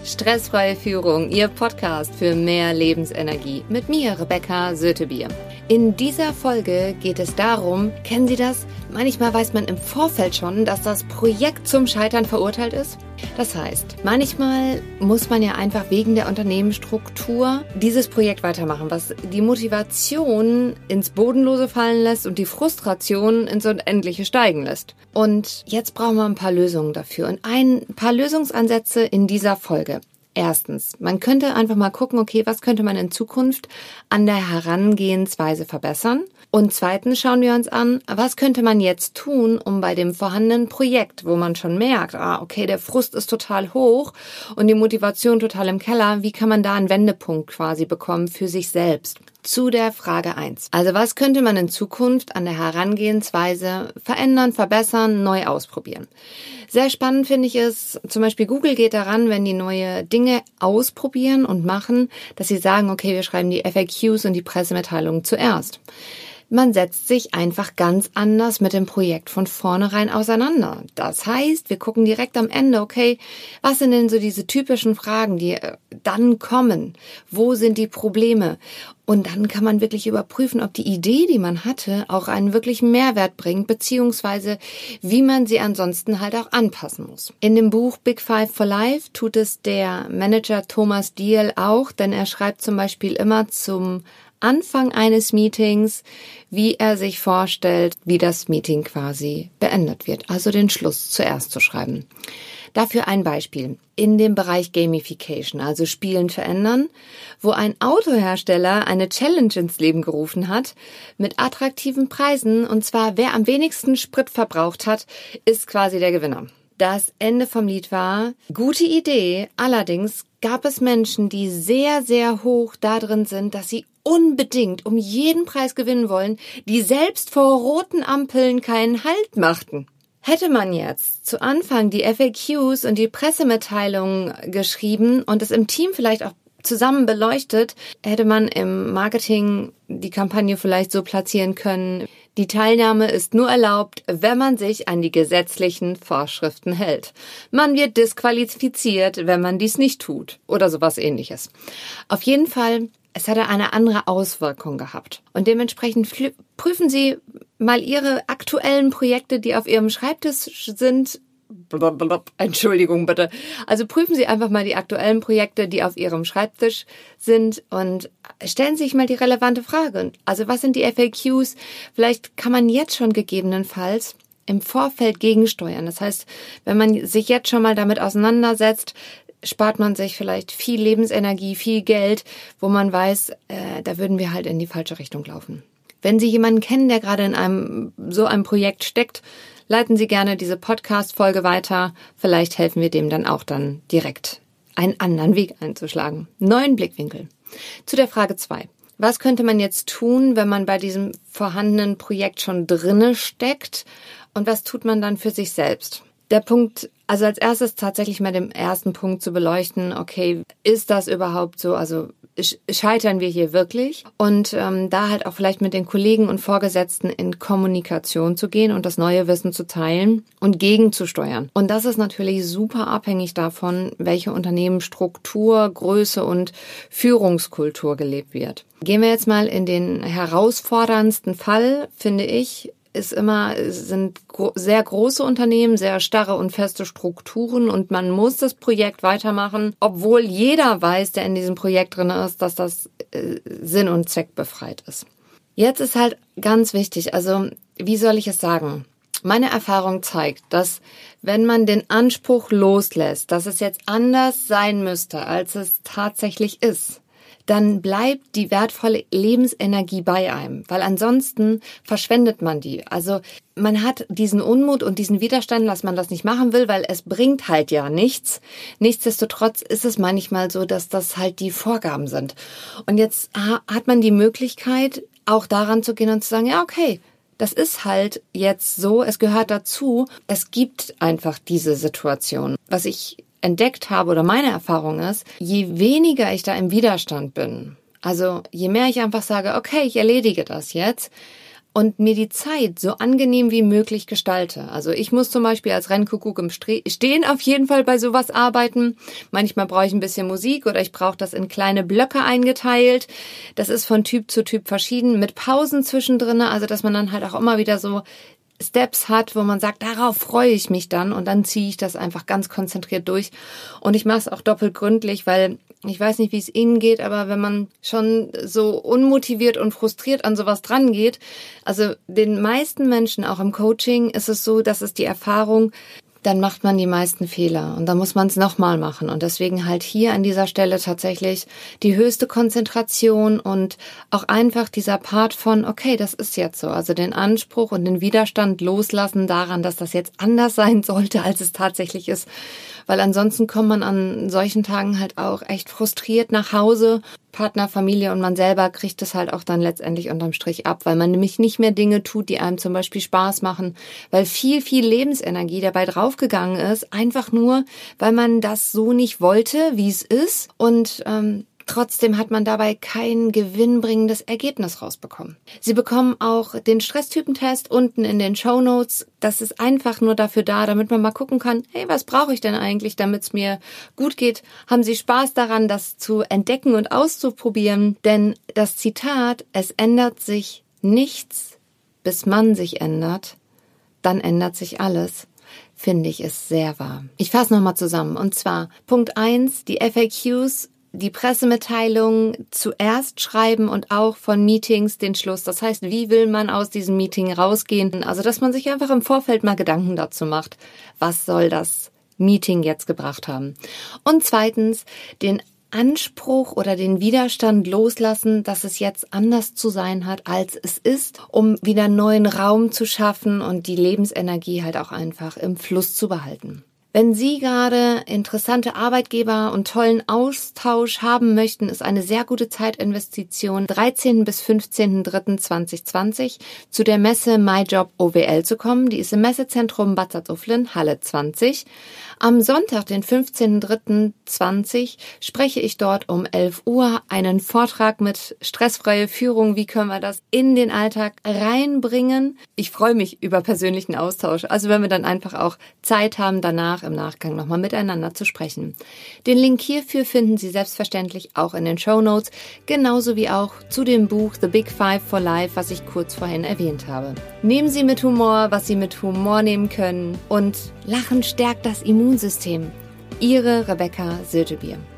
Stressfreie Führung, Ihr Podcast für mehr Lebensenergie mit mir, Rebecca Sötebier. In dieser Folge geht es darum, kennen Sie das? Manchmal weiß man im Vorfeld schon, dass das Projekt zum Scheitern verurteilt ist. Das heißt, manchmal muss man ja einfach wegen der Unternehmensstruktur dieses Projekt weitermachen, was die Motivation ins Bodenlose fallen lässt und die Frustration ins Unendliche steigen lässt. Und jetzt brauchen wir ein paar Lösungen dafür und ein paar Lösungsansätze in dieser Folge. Erstens, man könnte einfach mal gucken, okay, was könnte man in Zukunft an der Herangehensweise verbessern? Und zweitens schauen wir uns an, was könnte man jetzt tun, um bei dem vorhandenen Projekt, wo man schon merkt, okay, der Frust ist total hoch und die Motivation total im Keller, wie kann man da einen Wendepunkt quasi bekommen für sich selbst? Zu der Frage 1. Also was könnte man in Zukunft an der Herangehensweise verändern, verbessern, neu ausprobieren? Sehr spannend finde ich es, zum Beispiel Google geht daran, wenn die neue Dinge ausprobieren und machen, dass sie sagen, okay, wir schreiben die FAQs und die Pressemitteilungen zuerst. Man setzt sich einfach ganz anders mit dem Projekt von vornherein auseinander. Das heißt, wir gucken direkt am Ende, okay, was sind denn so diese typischen Fragen, die dann kommen? Wo sind die Probleme? Und dann kann man wirklich überprüfen, ob die Idee, die man hatte, auch einen wirklichen Mehrwert bringt, beziehungsweise wie man sie ansonsten halt auch anpassen muss. In dem Buch Big Five for Life tut es der Manager Thomas Diehl auch, denn er schreibt zum Beispiel immer zum Anfang eines Meetings, wie er sich vorstellt, wie das Meeting quasi beendet wird. Also den Schluss zuerst zu schreiben. Dafür ein Beispiel. In dem Bereich Gamification, also Spielen verändern, wo ein Autohersteller eine Challenge ins Leben gerufen hat mit attraktiven Preisen, und zwar wer am wenigsten Sprit verbraucht hat, ist quasi der Gewinner. Das Ende vom Lied war, gute Idee, allerdings gab es Menschen, die sehr, sehr hoch da drin sind, dass sie unbedingt um jeden Preis gewinnen wollen, die selbst vor roten Ampeln keinen Halt machten. Hätte man jetzt zu Anfang die FAQs und die Pressemitteilungen geschrieben und es im Team vielleicht auch zusammen beleuchtet, hätte man im Marketing die Kampagne vielleicht so platzieren können: Die Teilnahme ist nur erlaubt, wenn man sich an die gesetzlichen Vorschriften hält. Man wird disqualifiziert, wenn man dies nicht tut. Oder sowas Ähnliches. Auf jeden Fall, es hatte eine andere Auswirkung gehabt. Und dementsprechend prüfen Sie mal Ihre aktuellen Projekte, die auf Ihrem Schreibtisch sind. Entschuldigung bitte. Also prüfen Sie einfach mal die aktuellen Projekte, die auf Ihrem Schreibtisch sind, und stellen Sie sich mal die relevante Frage. Also was sind die FAQs? Vielleicht kann man jetzt schon gegebenenfalls im Vorfeld gegensteuern. Das heißt, wenn man sich jetzt schon mal damit auseinandersetzt, spart man sich vielleicht viel Lebensenergie, viel Geld, wo man weiß, da würden wir halt in die falsche Richtung laufen. Wenn Sie jemanden kennen, der gerade in so einem Projekt steckt, leiten Sie gerne diese Podcast-Folge weiter. Vielleicht helfen wir dem dann auch dann direkt, einen anderen Weg einzuschlagen. Neuen Blickwinkel. Zu der Frage 2. Was könnte man jetzt tun, wenn man bei diesem vorhandenen Projekt schon drinne steckt? Und was tut man dann für sich selbst? Der Punkt, also als erstes tatsächlich mal den ersten Punkt zu beleuchten, okay, ist das überhaupt so, also scheitern wir hier wirklich? Und da halt auch vielleicht mit den Kollegen und Vorgesetzten in Kommunikation zu gehen und das neue Wissen zu teilen und gegenzusteuern. Und das ist natürlich super abhängig davon, welche Unternehmensstruktur, Größe und Führungskultur gelebt wird. Gehen wir jetzt mal in den herausforderndsten Fall, finde ich, sind sehr große Unternehmen, sehr starre und feste Strukturen, und man muss das Projekt weitermachen, obwohl jeder weiß, der in diesem Projekt drin ist, dass das Sinn und Zweck befreit ist. Jetzt ist halt ganz wichtig, also wie soll ich es sagen? Meine Erfahrung zeigt, dass wenn man den Anspruch loslässt, dass es jetzt anders sein müsste, als es tatsächlich ist, dann bleibt die wertvolle Lebensenergie bei einem, weil ansonsten verschwendet man die. Also man hat diesen Unmut und diesen Widerstand, dass man das nicht machen will, weil es bringt halt ja nichts. Nichtsdestotrotz ist es manchmal so, dass das halt die Vorgaben sind. Und jetzt hat man die Möglichkeit, auch daran zu gehen und zu sagen, ja, okay, das ist halt jetzt so, es gehört dazu. Es gibt einfach diese Situation. Was ich entdeckt habe oder meine Erfahrung ist, je weniger ich da im Widerstand bin, also je mehr ich einfach sage, okay, ich erledige das jetzt, und mir die Zeit so angenehm wie möglich gestalte. Also ich muss zum Beispiel als Rennkuckuck im Stehen auf jeden Fall bei sowas arbeiten. Manchmal brauche ich ein bisschen Musik oder ich brauche das in kleine Blöcke eingeteilt. Das ist von Typ zu Typ verschieden, mit Pausen zwischendrin, also dass man dann halt auch immer wieder so Steps hat, wo man sagt, darauf freue ich mich dann und dann ziehe ich das einfach ganz konzentriert durch. Und ich mache es auch doppelt gründlich, weil ich weiß nicht, wie es Ihnen geht, aber wenn man schon so unmotiviert und frustriert an sowas dran geht, also den meisten Menschen, auch im Coaching, ist es so, dass es die Erfahrung, dann macht man die meisten Fehler und dann muss man es nochmal machen. Und deswegen halt hier an dieser Stelle tatsächlich die höchste Konzentration und auch einfach dieser Part von, okay, das ist jetzt so. Also den Anspruch und den Widerstand loslassen daran, dass das jetzt anders sein sollte, als es tatsächlich ist. Weil ansonsten kommt man an solchen Tagen halt auch echt frustriert nach Hause. Partner, Familie und man selber kriegt es halt auch dann letztendlich unterm Strich ab, weil man nämlich nicht mehr Dinge tut, die einem zum Beispiel Spaß machen, weil viel Lebensenergie dabei draufgegangen ist, einfach nur, weil man das so nicht wollte, wie es ist und trotzdem hat man dabei kein gewinnbringendes Ergebnis rausbekommen. Sie bekommen auch den Stresstypentest unten in den Shownotes. Das ist einfach nur dafür da, damit man mal gucken kann, hey, was brauche ich denn eigentlich, damit es mir gut geht? Haben Sie Spaß daran, das zu entdecken und auszuprobieren? Denn das Zitat, es ändert sich nichts, bis man sich ändert, dann ändert sich alles, finde ich, ist sehr wahr. Ich fasse nochmal zusammen. Und zwar Punkt 1, die FAQs, die Pressemitteilung zuerst schreiben und auch von Meetings den Schluss. Das heißt, wie will man aus diesem Meeting rausgehen? Also, dass man sich einfach im Vorfeld mal Gedanken dazu macht, was soll das Meeting jetzt gebracht haben? Und zweitens, den Anspruch oder den Widerstand loslassen, dass es jetzt anders zu sein hat, als es ist, um wieder neuen Raum zu schaffen und die Lebensenergie halt auch einfach im Fluss zu behalten. Wenn Sie gerade interessante Arbeitgeber und tollen Austausch haben möchten, ist eine sehr gute Zeitinvestition, 13. bis 15.03.2020 zu der Messe MyJob OWL zu kommen. Die ist im Messezentrum Bad Salzuflen, Halle 20. Am Sonntag, den 15.03.20, spreche ich dort um 11 Uhr einen Vortrag mit stressfreie Führung. Wie können wir das in den Alltag reinbringen? Ich freue mich über persönlichen Austausch. Also wenn wir dann einfach auch Zeit haben, danach im Nachgang nochmal miteinander zu sprechen. Den Link hierfür finden Sie selbstverständlich auch in den Shownotes, genauso wie auch zu dem Buch The Big Five for Life, was ich kurz vorhin erwähnt habe. Nehmen Sie mit Humor, was Sie mit Humor nehmen können und Lachen stärkt das Immunsystem. Ihre Rebecca Sötebier.